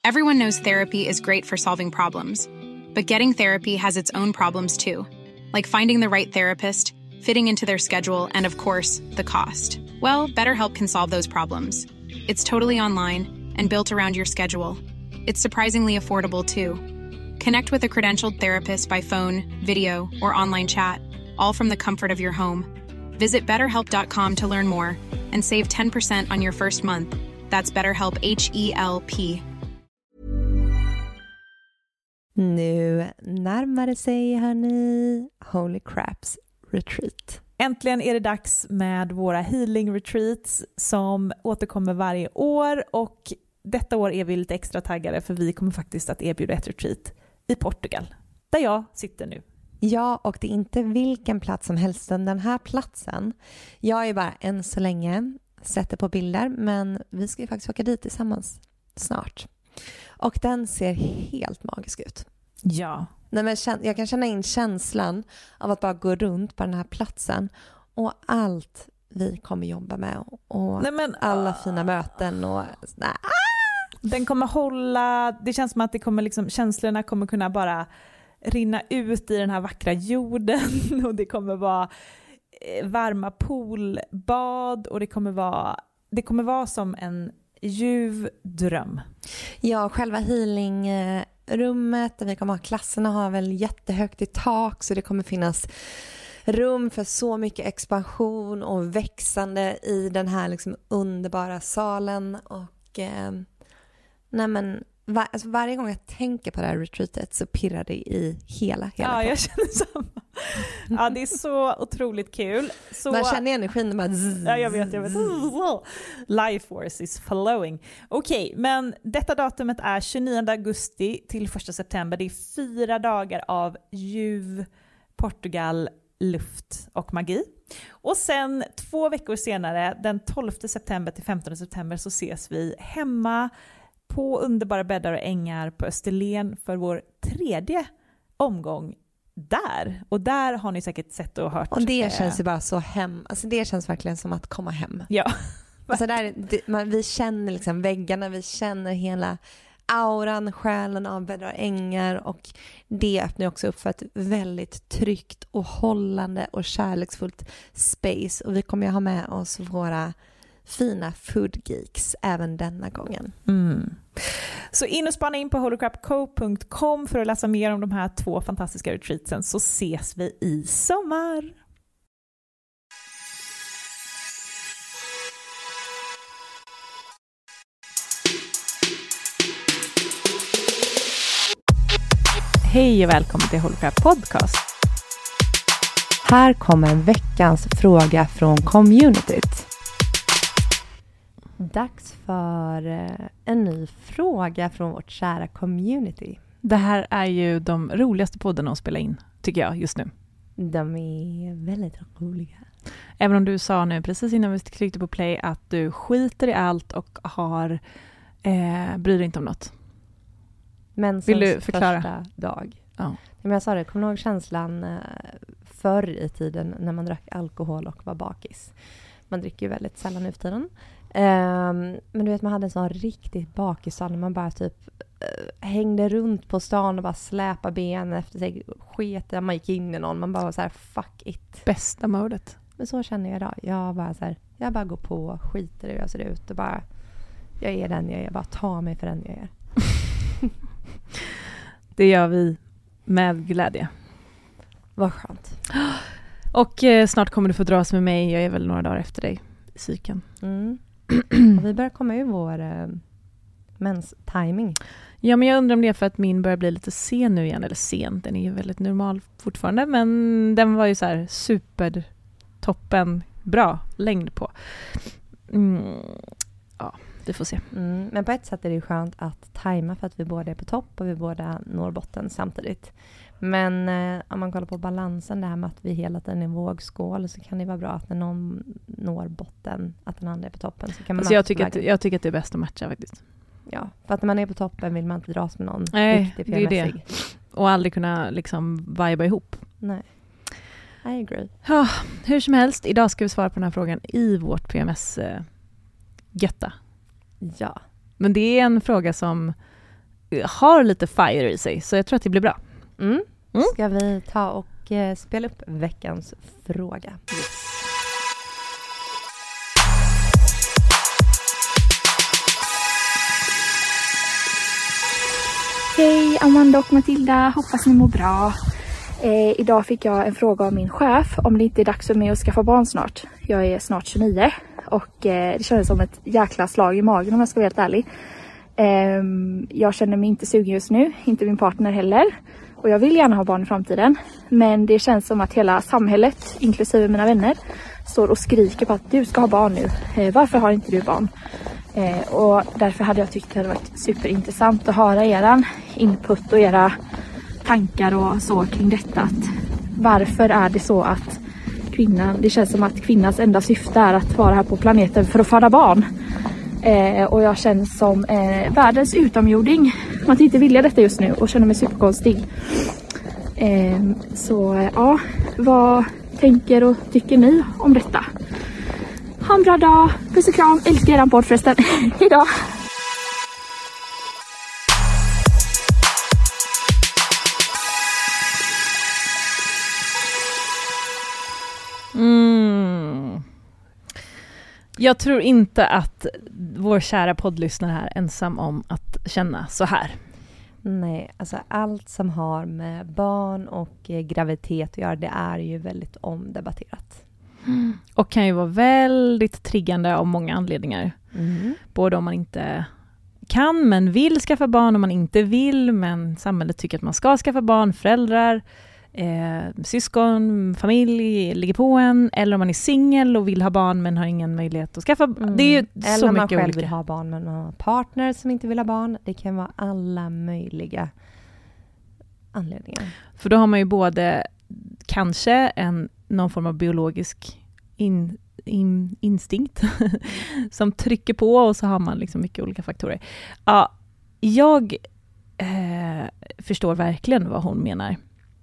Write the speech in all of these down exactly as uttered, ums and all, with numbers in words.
Everyone knows therapy is great for solving problems, but getting therapy has its own problems too, like finding the right therapist, fitting into their schedule, and of course, the cost. Well, BetterHelp can solve those problems. It's totally online and built around your schedule. It's surprisingly affordable too. Connect with a credentialed therapist by phone, video, or online chat, all from the comfort of your home. Visit better help dot com to learn more and save ten percent on your first month. That's BetterHelp, H E L P. Nu närmar det sig, hörni, Holy Craps Retreat. Äntligen är det dags med våra healing retreats som återkommer varje år, och detta år är vi lite extra taggade för vi kommer faktiskt att erbjuda ett retreat i Portugal, där jag sitter nu. Ja, och det är inte vilken plats som helst. Den här platsen, jag är bara än så länge sätter på bilder, men vi ska ju faktiskt åka dit tillsammans snart. Och den ser helt magisk ut. Ja. Nej, men jag kan känna in känslan av att bara gå runt på den här platsen och allt vi kommer jobba med och Nej, men, alla uh... fina möten och nej. Den kommer hålla, det känns som att det kommer liksom, känslorna kommer kunna bara rinna ut i den här vackra jorden, och det kommer vara varma poolbad, och det kommer vara det kommer vara som en ljuv dröm. Ja, själva healingrummet där vi kommer ha klasserna har väl jättehögt i tak, så det kommer finnas rum för så mycket expansion och växande i den här liksom underbara salen. Och eh, nej men var, alltså varje gång jag tänker på det här retreatet så pirrar det i hela hela Ja, kroppen. jag känner samma. Ja, det är så otroligt kul. Så... Man känner energin bara zzz, ja, jag vet, jag vet. Life force is flowing. Okej, okay, men detta datumet är tjugonionde augusti till första september. Det är fyra dagar av ljuv, Portugal, luft och magi. Och sen två veckor senare, den tolfte september till femtonde september, så ses vi hemma på underbara bäddar och ängar på Österlen för vår tredje omgång där. Och där har ni säkert sett och hört. Och det känns ju bara så hem. Alltså det känns verkligen som att komma hem. Ja. Alltså där, det, man, vi känner liksom väggarna, vi känner hela auran, själen av bäddar och ängar, och det öppnar också upp för ett väldigt tryggt och hållande och kärleksfullt space. Och vi kommer ju ha med oss våra fina food geeks även denna gången. Mm. Så in och spana in på holy crap co punkt com för att läsa mer om de här två fantastiska retreatsen, så ses vi i sommar. Hej och välkommen till Holy Crap Podcast. Här kommer veckans fråga från communityt. Dags för en ny fråga från vårt kära community. Det här är ju de roligaste poddarna att spela in, tycker jag, just nu. De är väldigt roliga. Även om du sa nu precis innan vi klickade på play att du skiter i allt och har eh, bryr dig inte om något. Men vill du förklara? Första dag. Ja. Men jag sa det, kommer du ihåg känslan förr i tiden när man drack alkohol och var bakis? Man dricker ju väldigt sällan nu för tiden. Um, men du vet, man hade en sån riktigt bakisdag när man bara typ uh, hängde runt på stan och bara släpade ben efter sig, sket där man gick in i någon. Man bara var så här, fuck it. Bästa modet. Men så känner jag idag. Jag bara så här, jag bara går på, skiter i hur jag ser ut och bara, jag är den jag är, bara ta mig för den jag är. Det gör vi med glädje. Vad skönt. Och eh, snart kommer du få dras med mig. Jag är väl några dagar efter dig i cykeln. Mm. Och vi börjar komma ur vår eh, mens timing. Ja, men jag undrar om det är för att min börjar bli lite sen nu igen. Eller sen, den är ju väldigt normal fortfarande. Men den var ju så här super toppen bra längd på. Mm. Ja, vi får se. Mm. Men på ett sätt är det ju skönt att tajma för att vi båda är på topp och vi båda når botten samtidigt. Men eh, om man kollar på balansen, det här med att vi hela tiden är en vågskål, så kan det vara bra att när någon når botten, att den andra är på toppen. Så kan man alltså jag, tycker att, jag tycker att det är bäst att matcha faktiskt. Ja, för att när man är på toppen vill man inte dras med någon. Nej, riktigt det är det. Och aldrig kunna liksom viba ihop. Nej, I agree. Ja, hur som helst, idag ska vi svara på den här frågan i vårt P M S-götta. Ja. Men det är en fråga som har lite fire i sig. Så jag tror att det blir bra. Mm. Mm. Ska vi ta och eh, spela upp veckans fråga? Yes. Hej Amanda och Matilda, hoppas ni mår bra. Eh, idag fick jag en fråga av min chef om det inte är dags för mig att skaffa barn snart. Jag är snart tjugonio och eh, det kändes som ett jäkla slag i magen om jag ska vara helt ärlig. Eh, jag känner mig inte sugen just nu, inte min partner heller. Och jag vill gärna ha barn i framtiden. Men det känns som att hela samhället, inklusive mina vänner, står och skriker på att du ska ha barn nu. Eh, varför har inte du barn? Eh, och därför hade jag tyckt att det hade varit superintressant att höra eran input och era tankar och så kring detta. Att varför är det så att kvinnan, det känns som att kvinnans enda syfte är att vara här på planeten för att föda barn. Eh, och jag känner som eh, världens utomjording. Man inte vilja detta just nu och känner mig superkonstig. Eh, så ja, vad tänker och tycker ni om detta? Ha en bra dag, puss och kram, älskar eran podd förresten. Hejdå! Mm. Jag tror inte att vår kära poddlyssnare här är ensam om att känna så här. Nej, alltså allt som har med barn och eh, graviditet att göra, det är ju väldigt omdebatterat. Mm. Och kan ju vara väldigt triggande av många anledningar. Mm. Både om man inte kan men vill skaffa barn, om man inte vill men samhället tycker att man ska skaffa barn, föräldrar, eh, syskon, familj ligger på en, eller om man är singel och vill ha barn men har ingen möjlighet att skaffa barn. Mm. Det är ju eller så man mycket själv olika. vill ha barn men man har partner som inte vill ha barn. Det kan vara alla möjliga anledningar. För då har man ju både kanske en, någon form av biologisk in, in, instinkt som trycker på, och så har man liksom mycket olika faktorer. Ja, jag eh, förstår verkligen vad hon menar.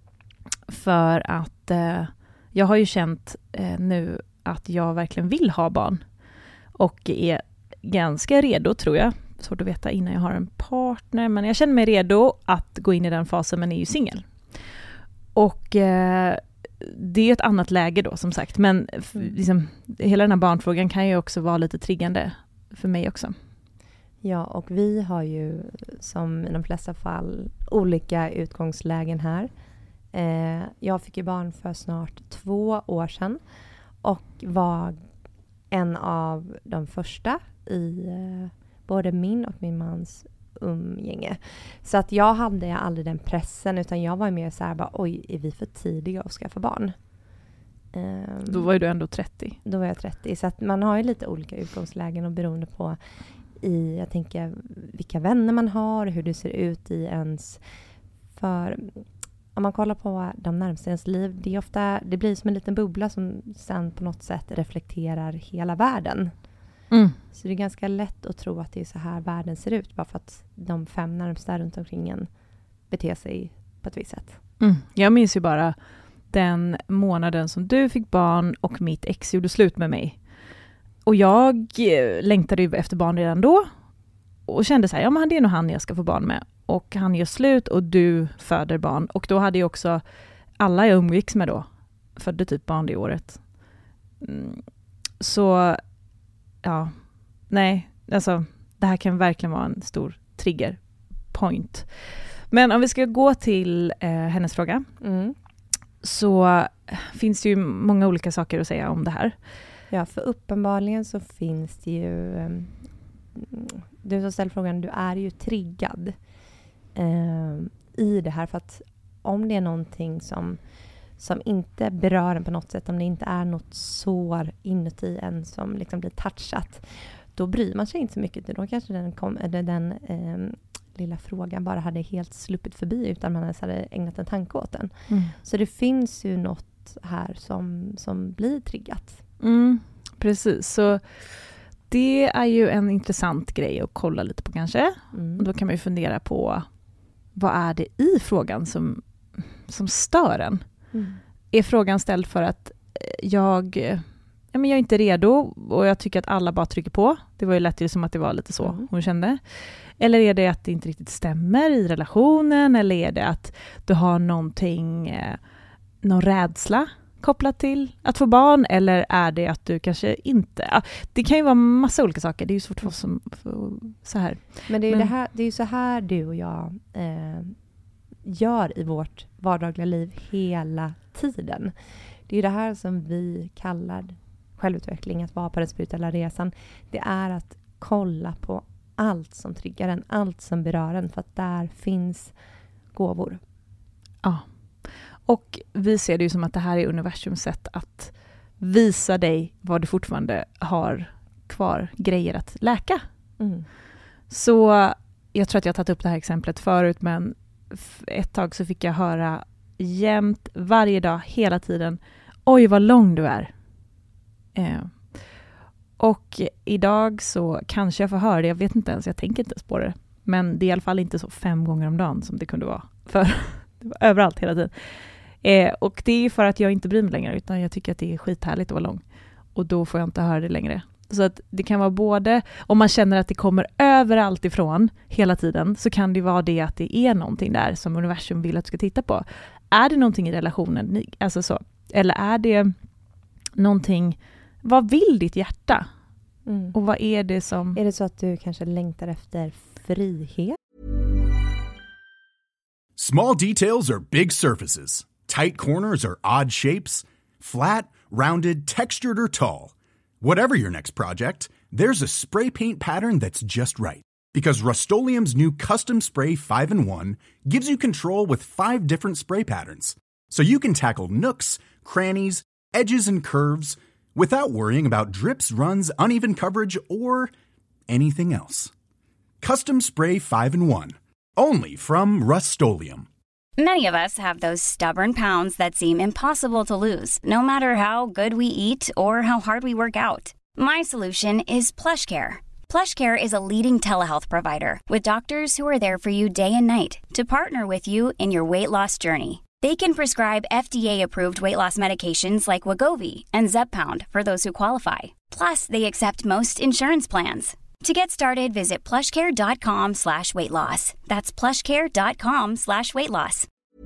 För att eh, jag har ju känt eh, nu att jag verkligen vill ha barn. Och är ganska redo, tror jag. Svårt att veta innan jag har en partner. Men jag känner mig redo att gå in i den fasen, men är ju singel. Och eh, det är ett annat läge då, som sagt. Men f- liksom, hela den här barnfrågan kan ju också vara lite triggande för mig också. Ja, och vi har ju som i de flesta fall olika utgångslägen här. Eh, jag fick ju barn för snart två år sedan och var en av de första i eh, både min och min mans umgänge. Så att jag hade aldrig den pressen, utan jag var mer så här bara, oj, är vi för tidiga att skaffa barn? Eh, Då var ju du ändå trettio. Då var jag trettio, så att man har ju lite olika utgångslägen och beroende på i, jag tänker, vilka vänner man har, hur det ser ut i ens, för om man kollar på de närmaste ens liv, det är ofta, det blir som en liten bubbla som sen på något sätt reflekterar hela världen. Mm. Så det är ganska lätt att tro att det är så här världen ser ut, bara för att de fem närmsta runt omkring en beter sig på ett visst sätt. Mm. Jag minns ju bara den månaden som du fick barn och mitt ex gjorde slut med mig. Och jag längtade ju efter barn redan då. Och kände så här, ja men det är nog han jag ska få barn med. Och han gör slut och du föder barn. Och då hade ju också alla jag umgicks med då födde typ barn det året. Mm. Så ja, nej, alltså det här kan verkligen vara en stor trigger point. Men om vi ska gå till eh, hennes fråga, Mm. så finns det ju många olika saker att säga om det här. Ja, för uppenbarligen så finns det ju, um, du som ställer frågan, du är ju triggad um, i det här, för att om det är någonting som, som inte berör en på något sätt, om det inte är något sår inuti en som liksom blir touchat, då bryr man sig inte så mycket. Då kanske den, kom, eller den um, lilla frågan bara hade helt sluppit förbi, utan man hade ägnat en tanke åt den. Mm. Så det finns ju något här som, som blir triggat. Mm, precis, så det är ju en intressant grej att kolla lite på kanske. Mm. Och då kan man ju fundera på, vad är det i frågan som, som stör en? Mm. Är frågan ställd för att jag ja, men jag är inte redo och jag tycker att alla bara trycker på. Det var ju lätt ju som att det var lite så Mm. hon kände. Eller är det att det inte riktigt stämmer i relationen? Eller är det att du har någonting, eh, någon rädsla kopplat till att få barn? Eller är det att du kanske inte... Ja, det kan ju vara massa olika saker. Det är ju svårt för oss som för, så här. Men det är ju Men- det här, det är ju så här du och jag eh, gör i vårt vardagliga liv hela tiden. Det är ju det här som vi kallar självutveckling, att vara på den spirituella resan. Det är att kolla på allt som triggar en, allt som berör en, för att där finns gåvor. Ja. Och vi ser det ju som att det här är universums sätt att visa dig vad du fortfarande har kvar grejer att läka. Mm. Så jag tror att jag har tagit upp det här exemplet förut, men f- ett tag så fick jag höra jämt, varje dag, hela tiden, oj vad lång du är. Eh. Och idag så kanske jag får höra det, jag vet inte ens, jag tänker inte ens på det. Men det är i alla fall inte så fem gånger om dagen som det kunde vara. För det var överallt hela tiden. Eh, och det är för att jag inte bryr mig längre, utan jag tycker att det är skithärligt att vara lång. Och då får jag inte höra det längre. Så att det kan vara både, om man känner att det kommer överallt ifrån hela tiden, så kan det vara det att det är någonting där som universum vill att du ska titta på. Är det någonting i relationen? Alltså så. Eller är det någonting, vad vill ditt hjärta? Mm. Och vad är det som... Är det så att du kanske längtar efter frihet? Small details are big surfaces. Tight corners are odd shapes. Flat, rounded, textured, or tall. Whatever your next project, there's a spray paint pattern that's just right. Because Rust-Oleum's new Custom Spray five in one gives you control with five different spray patterns. So you can tackle nooks, crannies, edges, and curves without worrying about drips, runs, uneven coverage, or anything else. Custom Spray five in one. Only from Rust-Oleum. Many of us have those stubborn pounds that seem impossible to lose, no matter how good we eat or how hard we work out. My solution is PlushCare. PlushCare is a leading telehealth provider with doctors who are there for you day and night to partner with you in your weight loss journey. They can prescribe F D A-approved weight loss medications like Wegovy and Zepbound for those who qualify. Plus, they accept most insurance plans. To get started, visit plushcare.com slash weight loss. That's plushcare.com slash weight loss.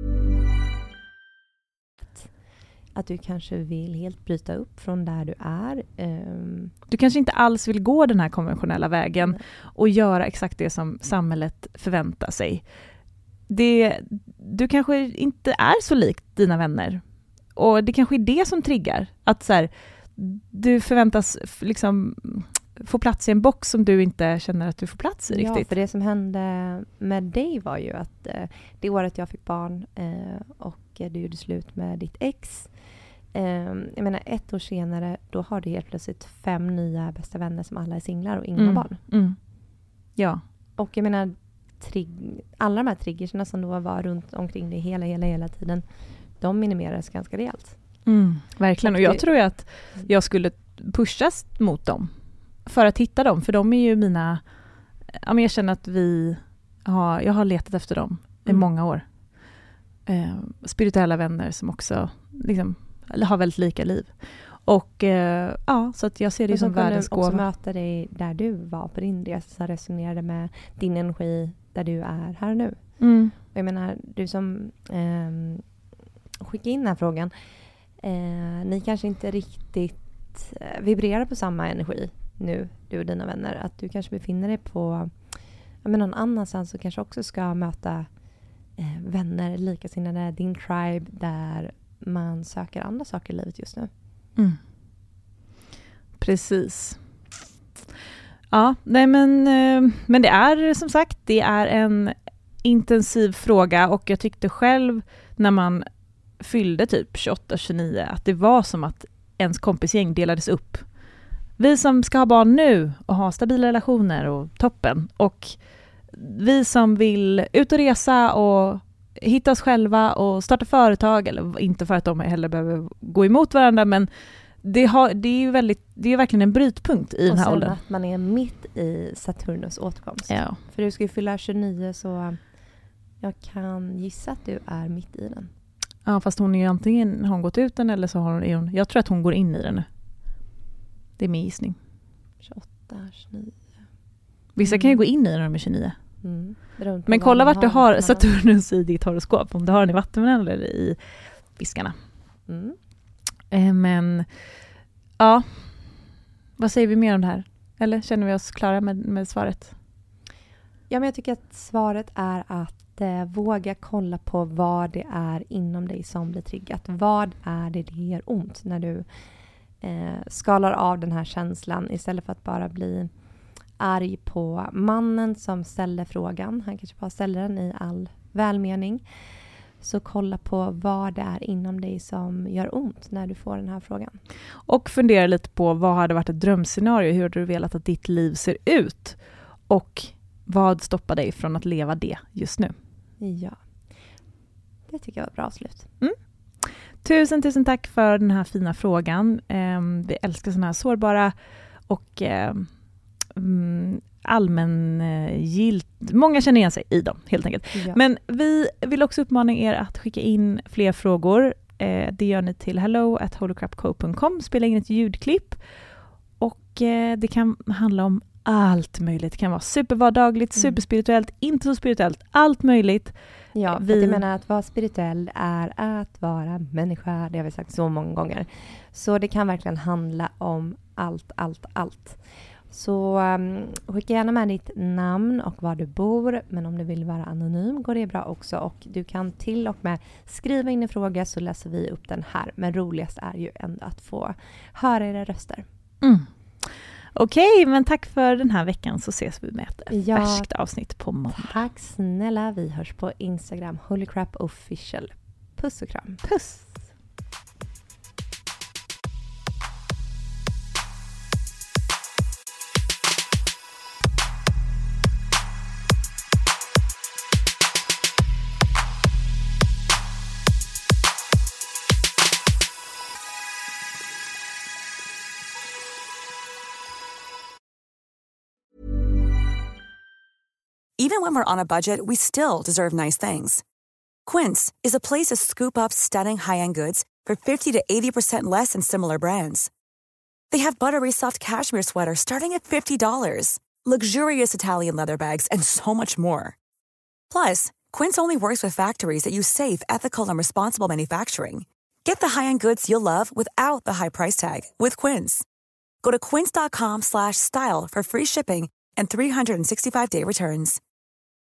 Att du kanske vill helt bryta upp från där du är. Um, Du kanske inte alls vill gå den här konventionella vägen Mm. och göra exakt det som samhället förväntar sig. Det, du kanske inte är så likt dina vänner. Och det kanske är det som triggar. Att så här, du förväntas f- liksom få plats i en box som du inte känner att du får plats i ja, riktigt. för det som hände med dig var ju att eh, det året jag fick barn eh, och eh, du gjorde slut med ditt ex. Eh, jag menar, ett år senare, då har du helt plötsligt fem nya bästa vänner som alla är singlar och inga Mm. barn. Mm. Ja. Och jag menar, trigg- alla de här triggerserna som då var runt omkring dig hela, hela, hela tiden, de minimerades ganska rejält. Mm, verkligen. Och Och jag det- tror ju att jag skulle pushas mot dem för att hitta dem. För de är ju mina... Ja, men jag känner att vi har... Jag har letat efter dem i Mm. många år. Eh, spirituella vänner som också liksom, eller har väldigt lika liv. Och eh, ja, så att jag ser det Och som som kunde världens också gåva. möta dig där du var på din resa, som resonerade med din energi där du är här och nu. Mm. Och jag menar, du som eh, skickade in den här frågan, eh, ni kanske inte riktigt eh, vibrerar på samma energi nu, du och dina vänner. Att du kanske befinner dig på ja, men någon annanstans och kanske också ska möta eh, vänner, likasinnade, din tribe, där man söker andra saker i livet just nu. Mm. Precis. Ja, nej men, eh, men det är som sagt, det är en intensiv fråga och jag tyckte själv när man fyllde typ tjugoåtta tjugonio att det var som att ens kompisgäng delades upp. Vi som ska ha barn nu och ha stabila relationer och toppen, och vi som vill ut och resa och hitta oss själva och starta företag, eller inte för att de heller behöver gå emot varandra, men det, har, det är ju väldigt, det är verkligen en brytpunkt i och den här sen åldern. att man är mitt i Saturnus återkomst. Ja. För du ska ju fylla tjugonio, så jag kan gissa att du är mitt i den. Ja, fast hon är ju antingen har hon gått ut den eller så har hon, är hon, jag tror att hon går in i den nu. Det är min gissning. tjugoåtta, tjugonio. Vissa kan ju gå in i när de är tjugonio. Mm. Men kolla vart du har Saturnus i ditt horoskop. Om du har den i vattumen eller i fiskarna. Mm. Eh, men ja, vad säger vi mer om det här? Eller känner vi oss klara med, med svaret? Ja, men jag tycker att svaret är att eh, våga kolla på vad det är inom dig som blir triggat. Vad är det det gör ont när du eh, skalar av den här känslan istället för att bara bli arg på mannen som ställer frågan. Han kanske bara ställer den i all välmening. Så kolla på vad det är inom dig som gör ont när du får den här frågan. Och fundera lite på vad hade varit ett drömscenario? Hur hade du velat att ditt liv ser ut? Och vad stoppar dig från att leva det just nu? Ja, det tycker jag var bra slut. Mm. Tusen, tusen tack för den här fina frågan. Um, vi älskar sådana här sårbara och um, allmängilt. Många känner igen sig i dem, helt enkelt. Ja. Men vi vill också uppmana er att skicka in fler frågor. Eh, det gör ni till hello at holycrapco dot com. Spela in ett ljudklipp. Och eh, det kan handla om allt möjligt. Det kan vara supervardagligt, Mm. superspirituellt, inte så spirituellt. Allt möjligt. Ja, för Vi- att jag menar att vara spirituell är att vara människa. Det har vi sagt så många gånger. Så det kan verkligen handla om allt, allt, allt. Så um, skicka gärna med ditt namn och var du bor. Men om du vill vara anonym går det bra också. Och du kan till och med skriva in en fråga så läser vi upp den här. Men roligast är ju ändå att få höra era röster. Mm. Okej, men tack för den här veckan, så ses vi med ett Ja. färskt avsnitt på måndag. Tack snälla. Vi hörs på Instagram. Holycrap official. Puss och kram. Puss! Even when we're on a budget, we still deserve nice things. Quince is a place to scoop up stunning high-end goods for fifty to eighty percent less than similar brands. They have buttery soft cashmere sweaters starting at fifty dollars, luxurious Italian leather bags, and so much more. Plus, Quince only works with factories that use safe, ethical, and responsible manufacturing. Get the high-end goods you'll love without the high price tag with Quince. Go to quince dot com slash style for free shipping and three sixty-five day returns.